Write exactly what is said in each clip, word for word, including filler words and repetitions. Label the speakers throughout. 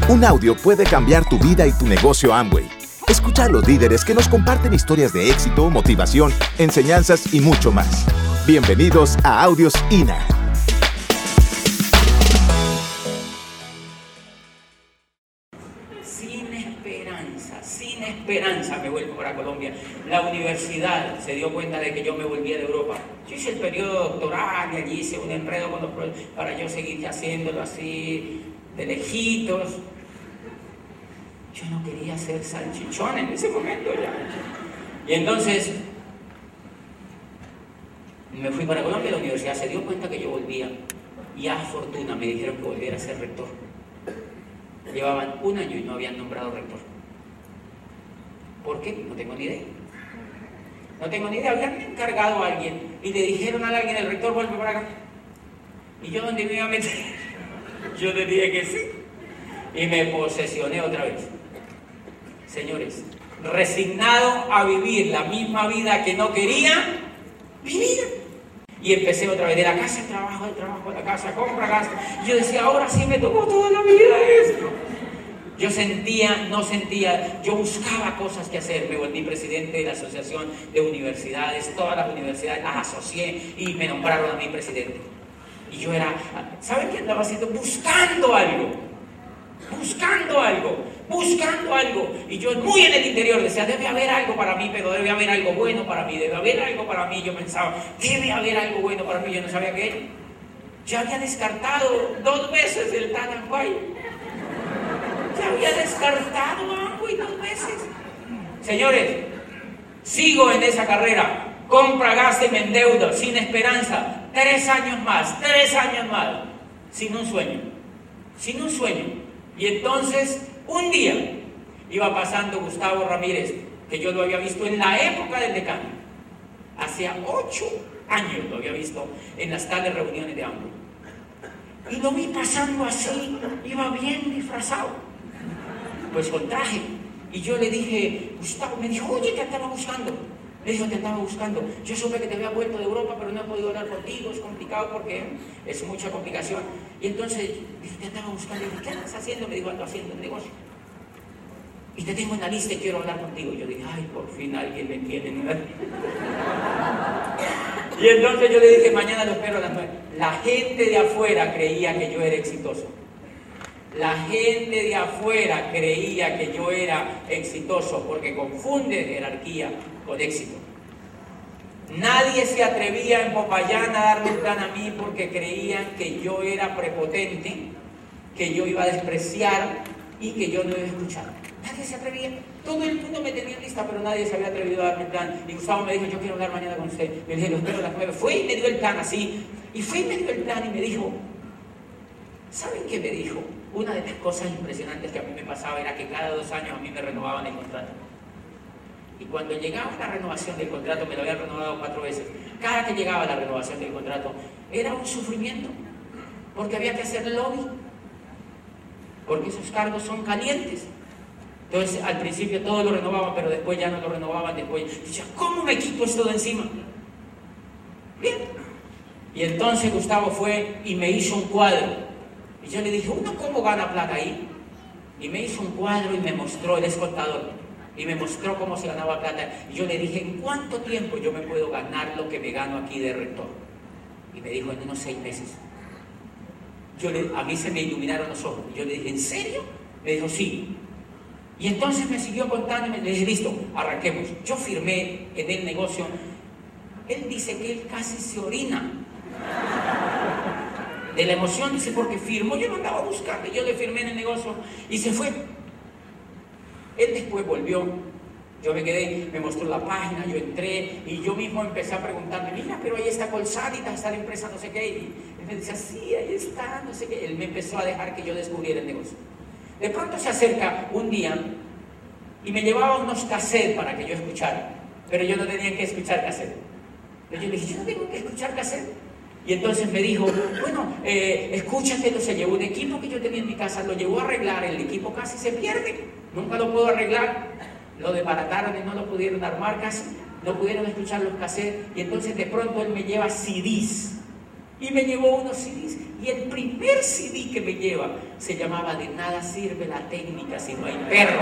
Speaker 1: Un audio puede cambiar tu vida y tu negocio Amway. Escucha a los líderes que nos comparten historias de éxito, motivación, enseñanzas y mucho más. Bienvenidos a Audios I N A.
Speaker 2: Sin esperanza, sin esperanza me vuelvo para Colombia. La universidad se dio cuenta de que yo me volvía de Europa. Yo hice el periodo doctoral y allí hice un enredo con los profesores para yo seguir haciéndolo así, de lejitos. Yo no quería ser salchichón en ese momento ya. Y entonces me fui para Colombia, la universidad se dio cuenta que yo volvía y a fortuna me dijeron que volviera a ser rector. Llevaban un año y no habían nombrado rector. ¿Por qué? No tengo ni idea. No tengo ni idea. Habían encargado a alguien y le dijeron a alguien, el rector vuelve para acá. ¿Y yo dónde me iba a meter? Yo le dije que sí. Y me posesioné otra vez. Señores, resignado a vivir la misma vida que no quería vivir. Y empecé otra vez, de la casa al trabajo, del trabajo a la casa, compra, gasta. Y yo decía, ahora sí me tocó toda la vida esto. Yo sentía, no sentía, yo buscaba cosas que hacer. Me volví presidente de la Asociación de Universidades, todas las universidades las asocié y me nombraron a mí presidente. Y yo era, ¿saben qué andaba haciendo? Buscando algo. Buscando algo, buscando algo. Y yo muy en el interior decía, debe haber algo para mí, pero debe haber algo bueno para mí, debe haber algo para mí. Yo pensaba, debe haber algo bueno para mí. Yo no sabía qué era. Ya había descartado dos veces el Tanahuay. Ya había descartado Amway dos veces. Señores, sigo en esa carrera. Compra, gasta y me endeudo, sin esperanza. Tres años más, tres años más. Sin un sueño, sin un sueño. Y entonces, un día, iba pasando Gustavo Ramírez, que yo lo había visto en la época del decano. Hacía ocho años lo había visto en las tales reuniones de Amway. Y lo vi pasando así, iba bien disfrazado, pues con traje. Y yo le dije, Gustavo, me dijo, oye, te andaba buscando. Le dijo, te andaba buscando. Yo supe que te había vuelto de Europa, pero no he podido hablar contigo, es complicado porque es mucha complicación. Y entonces, dijo, te andaba buscando. Le dije, ¿qué andas haciendo? Me dijo, ando haciendo un negocio. Y te tengo en la lista y quiero hablar contigo. Yo dije, ay, por fin alguien me tiene en una lista. Y entonces yo le dije, mañana lo espero a las nueve. La gente de afuera creía que yo era exitoso. La gente de afuera creía que yo era exitoso porque confunde jerarquía con éxito. Nadie se atrevía en Popayán a darme un plan a mí porque creían que yo era prepotente, que yo iba a despreciar y que yo no iba a escuchar. Nadie se atrevía. Todo el mundo me tenía lista, pero nadie se había atrevido a darme el plan. Y Gustavo me dijo, yo quiero hablar mañana con usted. Yo le dije, lo espero a las nueve. Fue y me dio el plan así. Y fue y me dio el plan y me dijo, ¿saben qué me dijo? Una de las cosas impresionantes que a mí me pasaba era que cada dos años a mí me renovaban el contrato. Y cuando llegaba la renovación del contrato, me lo habían renovado cuatro veces, cada que llegaba la renovación del contrato, era un sufrimiento, porque había que hacer lobby, porque esos cargos son calientes. Entonces, al principio todo lo renovaban, pero después ya no lo renovaban, después decía, ¿cómo me quito esto de encima? Bien. Y entonces Gustavo fue y me hizo un cuadro. Y yo le dije, ¿uno cómo gana plata ahí? Y me hizo un cuadro y me mostró, él es contador, y me mostró cómo se ganaba plata. Y yo le dije, ¿en cuánto tiempo yo me puedo ganar lo que me gano aquí de rector? Y me dijo, en unos seis meses. Yo le, a mí se me iluminaron los ojos. Y yo le dije, ¿en serio? Me dijo, sí. Y entonces me siguió contando y me dije, listo, arranquemos. Yo firmé en el negocio. Él dice que él casi se orina de la emoción, dice, porque firmó, yo no andaba buscando, yo le firmé en el negocio y se fue. Él después volvió, yo me quedé, me mostró la página, yo entré y yo mismo empecé a preguntarme, mira, pero ahí está Colsanitas, está la empresa no sé qué, y él me decía, sí, ahí está, no sé qué. Él me empezó a dejar que yo descubriera el negocio. De pronto se acerca un día y me llevaba unos cassettes para que yo escuchara, pero yo no tenía que escuchar cassette. Yo le dije, yo no tengo que escuchar cassette. Y entonces me dijo, bueno, eh, escúchatelo. Se llevó un equipo que yo tenía en mi casa, lo llevó a arreglar, el equipo casi se pierde, nunca lo puedo arreglar, lo desbarataron y no lo pudieron armar casi, no pudieron escuchar los cassettes. Y entonces de pronto él me lleva C Ds, y me llevó unos C Ds, Y el primer C D que me lleva se llamaba De nada sirve la técnica si no hay perro.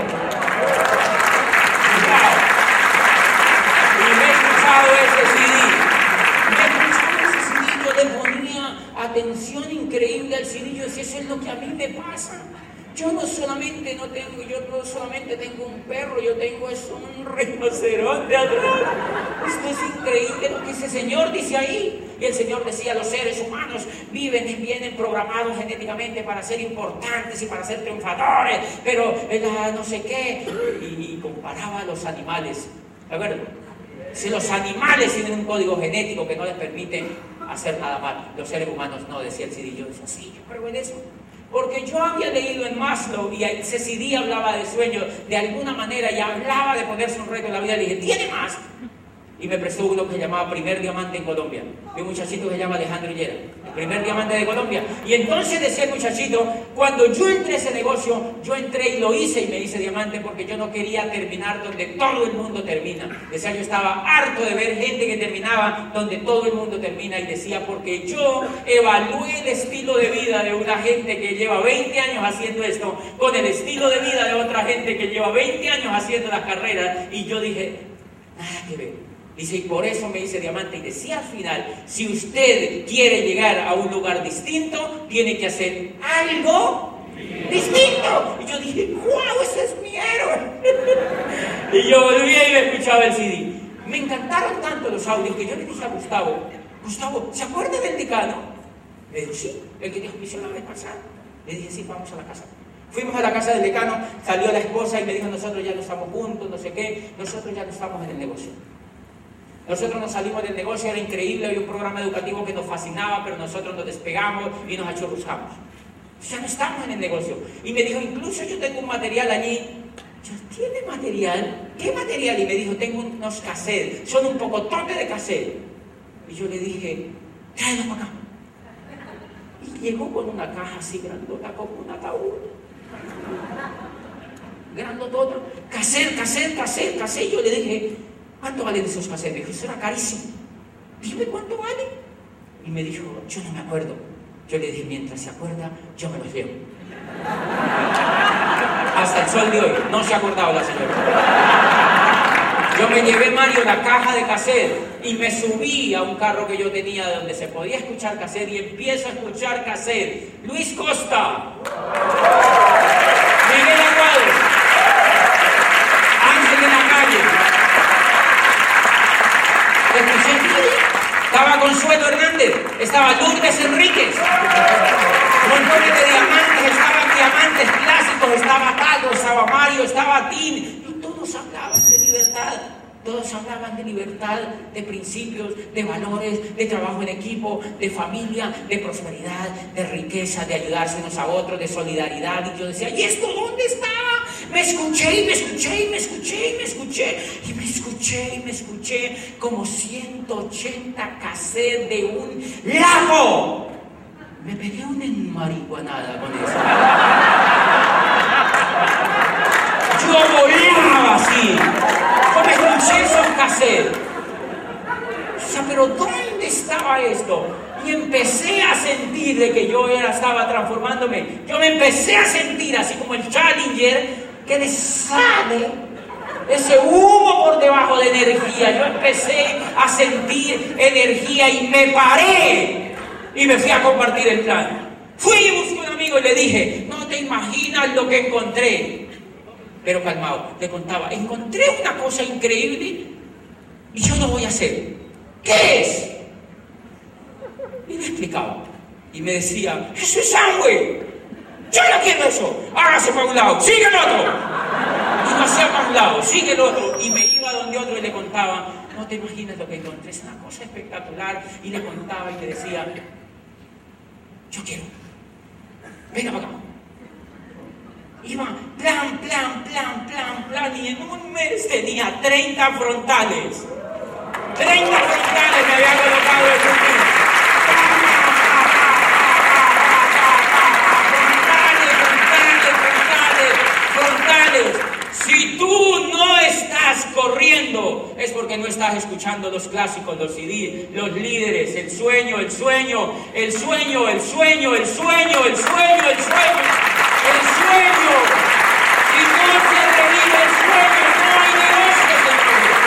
Speaker 2: Y me he escuchado ese C D. Me he escuchado ese C D. Yo le ponía atención increíble al C D. Yo decía, eso es lo que a mí me pasa. Yo no solamente no tengo, yo no solamente tengo un perro, yo tengo es un rinoceronte atrás. Esto es increíble lo que ese Señor dice ahí. Y el Señor decía, los seres humanos viven y vienen programados genéticamente para ser importantes y para ser triunfadores, pero la no sé qué. Y, y comparaba a los animales. ¿De acuerdo? Si los animales tienen un código genético que no les permite hacer nada mal, los seres humanos no, decía el C D. Yo decía, sí, yo creo en eso. Porque yo había leído en Maslow y ese C D hablaba de sueños de alguna manera y hablaba de ponerse un reto en la vida. Le dije, ¿tiene más? Y me prestó uno que se llamaba Primer Diamante en Colombia. Y un muchachito que se llama Alejandro Hillera, el primer diamante de Colombia. Y entonces decía el muchachito, cuando yo entré a ese negocio, yo entré y lo hice y me hice diamante porque yo no quería terminar donde todo el mundo termina. Decía, yo estaba harto de ver gente que terminaba donde todo el mundo termina. Y decía, porque yo evalué el estilo de vida de una gente que lleva veinte años haciendo esto con el estilo de vida de otra gente que lleva veinte años haciendo las carreras. Y yo dije, nada que ver. Dice, y por eso me hice diamante. Y decía al final, si usted quiere llegar a un lugar distinto, tiene que hacer algo distinto. Y yo dije, wow, ese es mi héroe. Y yo volvía y me escuchaba el C D. Me encantaron tanto los audios que yo le dije a Gustavo, Gustavo, ¿se acuerda del decano? Me dijo, sí, el que dijo que se la vez pasada. Le dije, sí, vamos a la casa. Fuimos a la casa del decano, salió la esposa y me dijo, nosotros ya no estamos juntos, no sé qué, nosotros ya no estamos en el negocio. Nosotros nos salimos del negocio, era increíble, había un programa educativo que nos fascinaba, pero nosotros nos despegamos y nos achurruscamos. Ya no estamos en el negocio. Y me dijo, incluso yo tengo un material allí. Yo, ¿tiene material? ¿Qué material? Y me dijo, tengo unos cassettes, son un pocotote de cassette. Y yo le dije, tráelo para acá. Y llegó con una caja así grandota como un ataúd. Grandotota. Cassette, cassette, cassette, cassette. Yo le dije, ¿cuánto valen esos cassettes? Me dijo, eso era carísimo. Dime cuánto vale. Y me dijo, yo no me acuerdo. Yo le dije, mientras se acuerda, yo me los llevo. Hasta el sol de hoy, no se ha acordado la señora. Yo me llevé, Mario, la caja de cassette y me subí a un carro que yo tenía donde se podía escuchar cassette y empiezo a escuchar cassette. Luis Costa, Miguel Aguado, Ángel de la Calle. Escuché, estaba Consuelo Hernández, estaba Lourdes Enríquez, montones de diamantes, estaban diamantes clásicos, estaba Tato, estaba Mario, estaba Tim, y todos hablaban de libertad, todos hablaban de libertad, de principios, de valores, de trabajo en equipo, de familia, de prosperidad, de riqueza, de ayudarse unos a otros, de solidaridad. Y yo decía, ¿y esto dónde está? Me escuché y me escuché y me escuché y me escuché y me escuché y me escuché como ciento ochenta cassettes de un lago. Me pegué una enmarihuanada con eso. Yo volaba así. Yo me escuché esos cassettes. O sea, pero ¿dónde estaba esto? Y empecé a sentir de que yo era, estaba transformándome. Yo me empecé a sentir así como el Challenger, que le sale ese humo por debajo de energía. Yo empecé a sentir energía y me paré y me fui a compartir el plan. Fui y busqué a un amigo y le dije, no te imaginas lo que encontré. Pero calmado, le contaba, encontré una cosa increíble y yo lo voy a hacer. ¿Qué es? Y le explicaba. Y me decía, eso es sangre. Yo no quiero eso. Hágase para un lado, sigue el otro. Y no hacía para un lado, sigue el otro. Y me iba donde otro y le contaba, no te imaginas lo que encontré, es una cosa espectacular. Y le contaba y le decía, yo quiero. Venga para acá. Iba plan, plan, plan, plan, plan. Y en un mes tenía treinta frontales. treinta frontales me había colocado en un mes. Si tú no estás corriendo, es porque porque no estás escuchando los clásicos, los C D, los líderes, el sueño, el sueño, el sueño, el sueño, el sueño, el sueño, el sueño, el sueño. Si no se revive el sueño, no hay negocio, señores.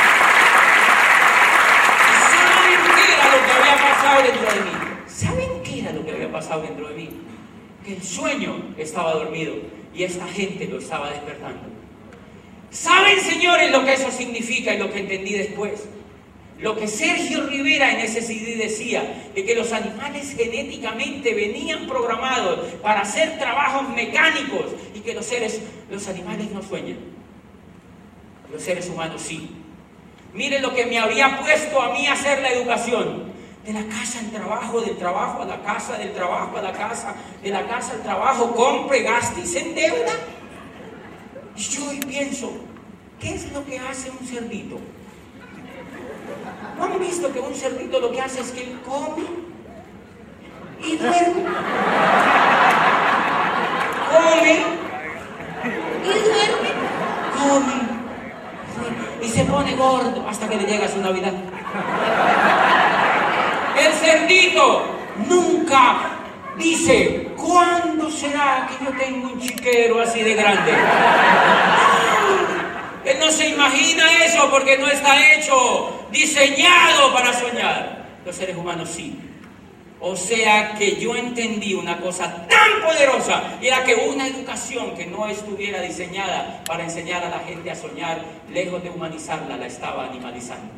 Speaker 2: ¿Saben qué era lo que había pasado dentro de mí? ¿Saben qué era lo que había pasado dentro de mí? Que el sueño estaba dormido y esta gente lo estaba despertando. ¿Saben, señores, lo que eso significa y lo que entendí después? Lo que Sergio Rivera en ese C D decía, de que los animales genéticamente venían programados para hacer trabajos mecánicos y que los seres, los animales no sueñan. Los seres humanos sí. Miren lo que me había puesto a mí a hacer la educación. De la casa al trabajo, del trabajo a la casa, del trabajo a la casa, de la casa al trabajo, compre, gaste y se endeuda. Y yo hoy pienso, ¿qué es lo que hace un cerdito? ¿No han visto que un cerdito lo que hace es que él come y duerme? Come y duerme. Come, duerme. Y se pone gordo hasta que le llega su Navidad. El cerdito nunca dice, ¿cuándo será que yo tengo un chiquero así de grande? Él no se imagina eso porque no está hecho, diseñado para soñar. Los seres humanos sí. O sea que yo entendí una cosa tan poderosa, y era que una educación que no estuviera diseñada para enseñar a la gente a soñar, lejos de humanizarla, la estaba animalizando.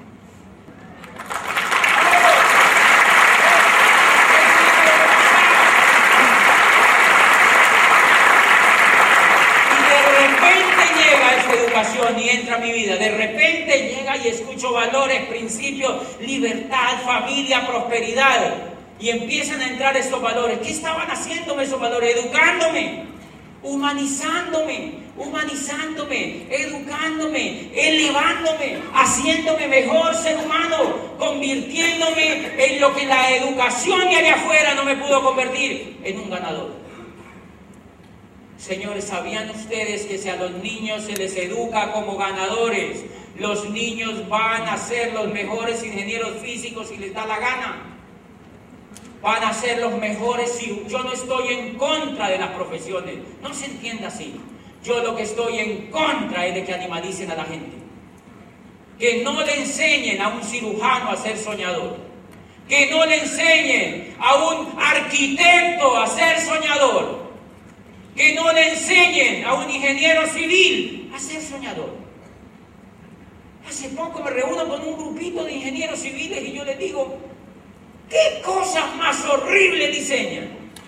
Speaker 2: Y entra a mi vida, de repente llega y escucho valores, principios, libertad, familia, prosperidad, y empiezan a entrar esos valores. ¿Qué estaban haciéndome esos valores? Educándome, humanizándome, humanizándome, educándome, elevándome, haciéndome mejor ser humano, convirtiéndome en lo que la educación de allá afuera no me pudo convertir, en un ganador. Señores, ¿sabían ustedes que si a los niños se les educa como ganadores, los niños van a ser los mejores ingenieros físicos si les da la gana? Van a ser los mejores. Yo no estoy en contra de las profesiones, no se entienda así. Yo lo que estoy en contra es de que animalicen a la gente. Que no le enseñen a un cirujano a ser soñador. Que no le enseñen a un arquitecto a ser soñador. Que no le enseñen a un ingeniero civil a ser soñador. Hace poco me reúno con un grupito de ingenieros civiles y yo les digo, ¿qué cosas más horribles diseñan?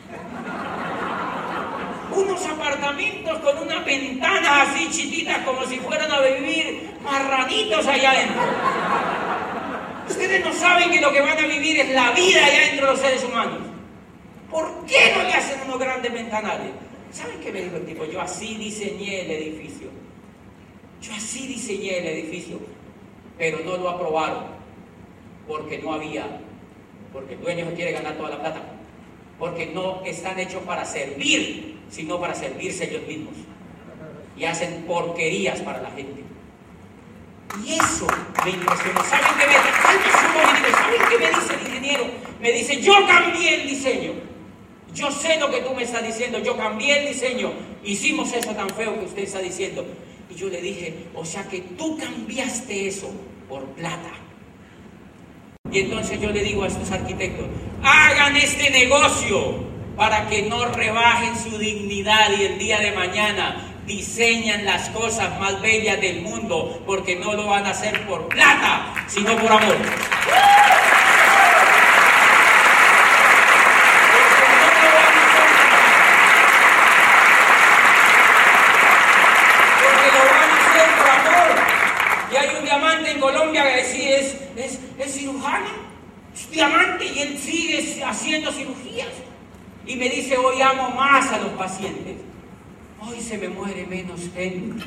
Speaker 2: Unos apartamentos con unas ventanas así chiquitas como si fueran a vivir marranitos allá adentro. Ustedes no saben que lo que van a vivir es la vida allá dentro de los seres humanos. ¿Por qué no le hacen unos grandes ventanales? ¿Saben qué me dijo el tipo? Yo así diseñé el edificio. Yo así diseñé el edificio. Pero no lo aprobaron. Porque no había. Porque el dueño se quiere ganar toda la plata. Porque no están hechos para servir, sino para servirse ellos mismos. Y hacen porquerías para la gente. Y eso me impresionó. ¿Saben qué me, ¿saben qué me dice el ingeniero? Me dice, yo cambié el diseño. Yo sé lo que tú me estás diciendo, yo cambié el diseño, hicimos eso tan feo que usted está diciendo. Y yo le dije, o sea que tú cambiaste eso por plata. Y entonces yo le digo a estos arquitectos, hagan este negocio para que no rebajen su dignidad y el día de mañana diseñan las cosas más bellas del mundo, porque no lo van a hacer por plata, sino por amor. En Colombia que sí es, es, es cirujano, es diamante, y él sigue haciendo cirugías. Y me dice, hoy amo más a los pacientes. Hoy se me muere menos gente.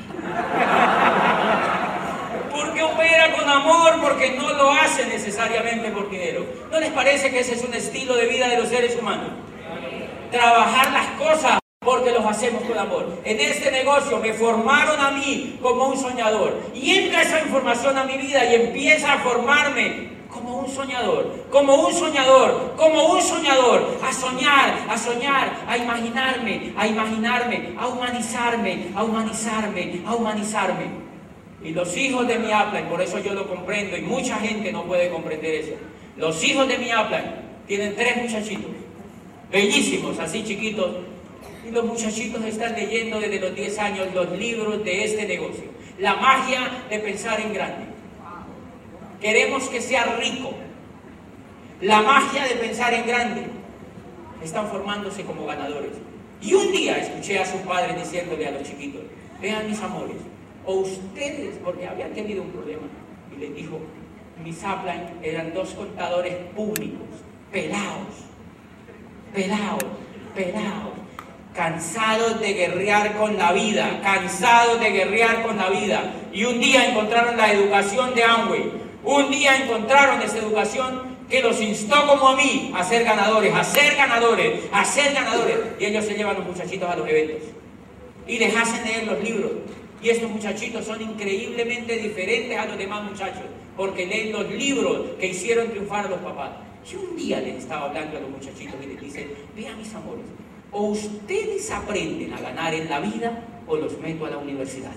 Speaker 2: Porque opera con amor, porque no lo hace necesariamente por dinero. ¿No les parece que ese es un estilo de vida de los seres humanos? Trabajar las cosas por porque los hacemos con amor. En este negocio me formaron a mí como un soñador. Y entra esa información a mi vida y empieza a formarme como un soñador, como un soñador, como un soñador, a soñar, a soñar, a imaginarme, a imaginarme, a humanizarme, a humanizarme, a humanizarme. Y los hijos de mi upline, por eso yo lo comprendo y mucha gente no puede comprender eso. Los hijos de mi upline tienen tres muchachitos, bellísimos, así chiquitos, y los muchachitos están leyendo desde los diez años los libros de este negocio. La magia de pensar en grande. Queremos que sea rico. La magia de pensar en grande. Están formándose como ganadores. Y un día escuché a sus padres diciéndole a los chiquitos: vean, mis amores, o ustedes, porque habían tenido un problema, y les dijo, mis upline eran dos contadores públicos, pelados, pelados, pelados, cansados de guerrear con la vida, cansados de guerrear con la vida. Y un día encontraron la educación de Amway. Un día encontraron esa educación que los instó como a mí a ser ganadores, a ser ganadores, a ser ganadores. Y ellos se llevan a los muchachitos a los eventos y les hacen leer los libros. Y estos muchachitos son increíblemente diferentes a los demás muchachos, porque leen los libros que hicieron triunfar a los papás. Y un día les estaba hablando a los muchachitos y les dice: vean, mis amores, o ustedes aprenden a ganar en la vida o los meto a la universidad.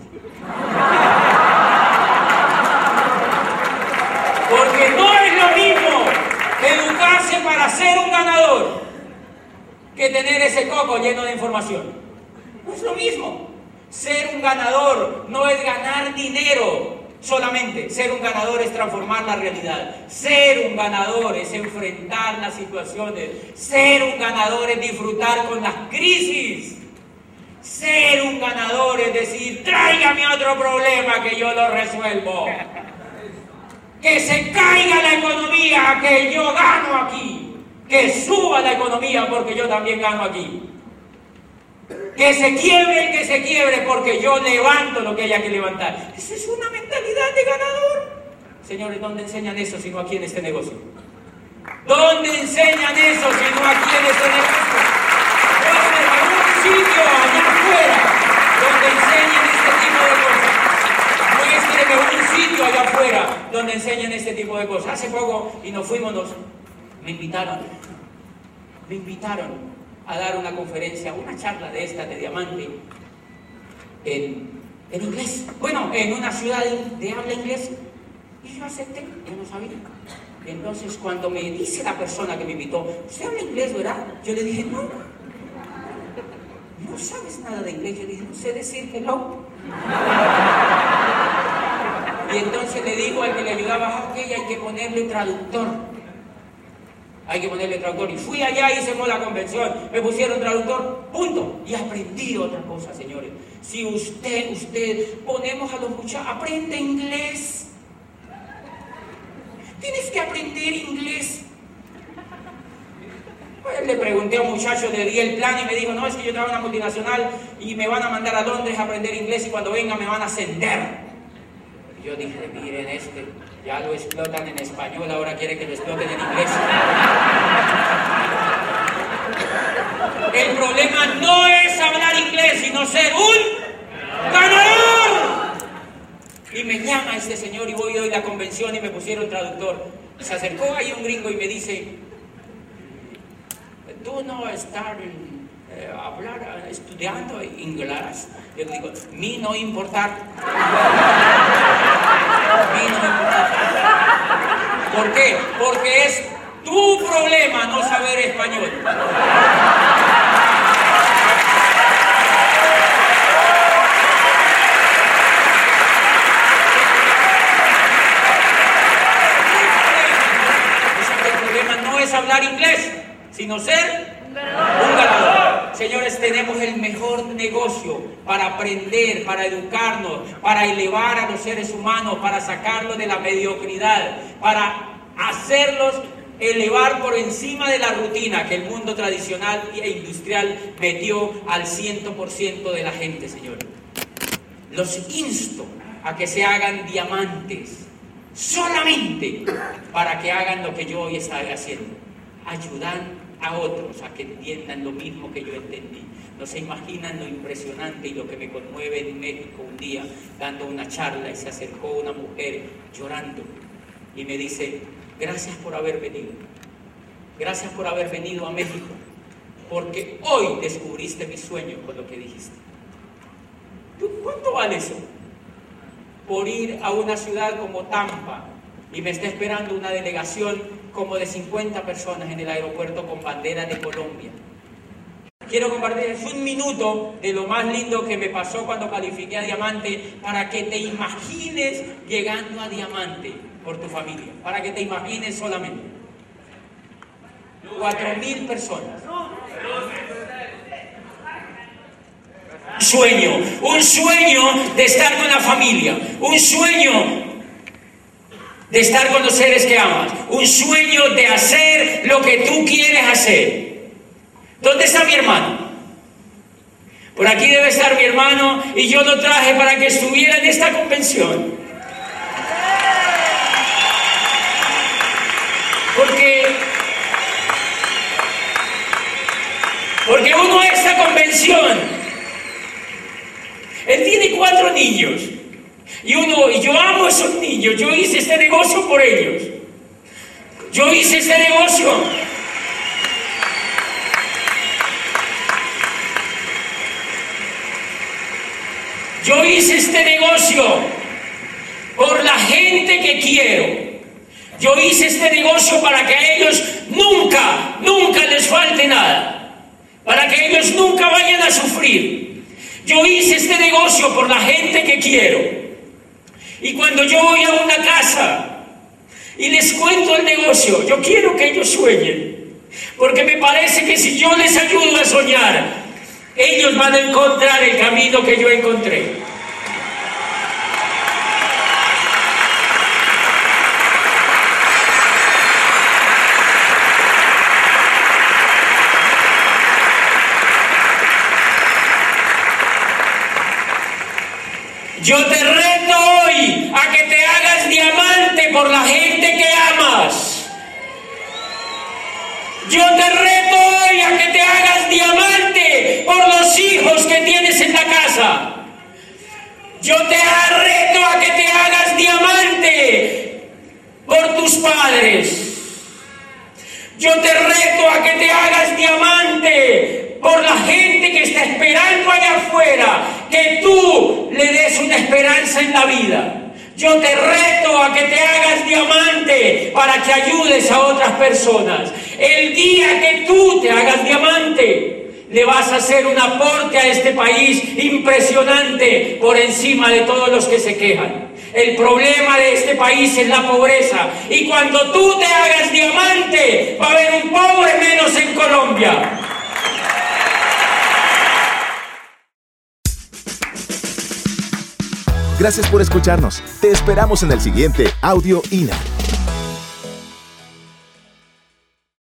Speaker 2: Porque no es lo mismo educarse para ser un ganador que tener ese coco lleno de información. No es lo mismo. Ser un ganador no es ganar dinero solamente. Ser un ganador es transformar la realidad. Ser un ganador es enfrentar las situaciones. Ser un ganador es disfrutar con las crisis. Ser un ganador es decir: tráigame otro problema que yo lo resuelvo. Que se caiga la economía, que yo gano aquí. Que suba la economía, porque yo también gano aquí. Que se quiebre el que se quiebre, porque yo levanto lo que haya que levantar. Esa es una mentalidad de ganador. Señores, ¿dónde enseñan eso si no aquí en este negocio? ¿Dónde enseñan eso si no aquí en este negocio? Muéstrenme un sitio allá afuera donde enseñen este tipo de cosas. Muéstrenme un sitio allá afuera donde enseñen este tipo de cosas. Hace poco, y nos fuimos, nos, me invitaron, me invitaron a dar una conferencia, una charla de esta, de diamante, en, en inglés. Bueno, en una ciudad de, de habla inglés. Y yo acepté, yo no sabía. Entonces, cuando me dice la persona que me invitó: ¿usted habla inglés, verdad? Yo le dije: no. ¿No sabes nada de inglés? Yo le dije: no sé decir hello. Y entonces le digo al que le ayudaba: ok, hay que ponerle traductor. Hay que ponerle traductor. Y fui allá, hice la convención, me pusieron traductor, punto. Y aprendí otra cosa, señores. Si usted, usted, ponemos a los muchachos, aprende inglés. Tienes que aprender inglés. Pues le pregunté a un muchacho, le di el plan y me dijo: no, es que yo trabajo en una multinacional y me van a mandar a Londres a aprender inglés y cuando venga me van a ascender. Y yo dije: miren, este, ya lo explotan en español, ahora quiere que lo exploten en inglés. El problema no es hablar inglés, sino ser un ganador. Y me llama este señor y voy hoy a la convención y me pusieron traductor. Se acercó ahí un gringo y me dice: ¿tú no estás eh, hablar, estudiando inglés? Yo le digo: mí no importar. Mí no importar. ¿Por qué? Porque es tu problema no saber español. Hablar inglés, sino ser un ganador. Señores, tenemos el mejor negocio para aprender, para educarnos, para elevar a los seres humanos, para sacarlos de la mediocridad, para hacerlos elevar por encima de la rutina que el mundo tradicional e industrial metió al cien por ciento de la gente, señores. Los insto a que se hagan diamantes solamente para que hagan lo que yo hoy estoy haciendo: ayudan a otros a que entiendan lo mismo que yo entendí. No se imaginan lo impresionante y lo que me conmueve en México un día, dando una charla, y se acercó una mujer llorando y me dice: gracias por haber venido, gracias por haber venido a México, porque hoy descubriste mi sueño con lo que dijiste. ¿Cuánto vale eso? Por ir a una ciudad como Tampa y me está esperando una delegación como de cincuenta personas en el aeropuerto con bandera de Colombia. Quiero compartirles un minuto de lo más lindo que me pasó cuando califiqué a diamante, para que te imagines llegando a diamante por tu familia, para que te imagines solamente. Cuatro mil personas. Un sueño, un sueño de estar con la familia, un sueño de estar con los seres que amas, un sueño de hacer lo que tú quieres hacer. ¿Dónde está mi hermano? Por aquí debe estar mi hermano, y yo lo traje para que estuviera en esta convención. Porque, porque uno a esta convención, él tiene cuatro niños, y uno, y yo amo a esos niños, yo hice este negocio por ellos, yo hice este negocio. Yo hice este negocio por la gente que quiero. Yo hice este negocio para que a ellos nunca, nunca les falte nada, para que ellos nunca vayan a sufrir. Yo hice este negocio por la gente que quiero. Y cuando yo voy a una casa y les cuento el negocio, yo quiero que ellos sueñen, porque me parece que si yo les ayudo a soñar, ellos van a encontrar el camino que yo encontré. Yo te reto hoy a que te hagas diamante por la gente que amas. Yo te reto hoy a que te hagas diamante por los hijos que tienes en la casa. Yo te reto a que te hagas diamante por tus padres. Yo te reto a que te hagas diamante por la gente que está esperando allá afuera, que tú le des una esperanza en la vida. Yo te reto a que te hagas diamante para que ayudes a otras personas. El día que tú te hagas diamante, le vas a hacer un aporte a este país impresionante por encima de todos los que se quejan. El problema de este país es la pobreza, y cuando tú te hagas diamante, va a haber un pobre menos en Colombia.
Speaker 1: Gracias por escucharnos. Te esperamos en el siguiente Audio I N A.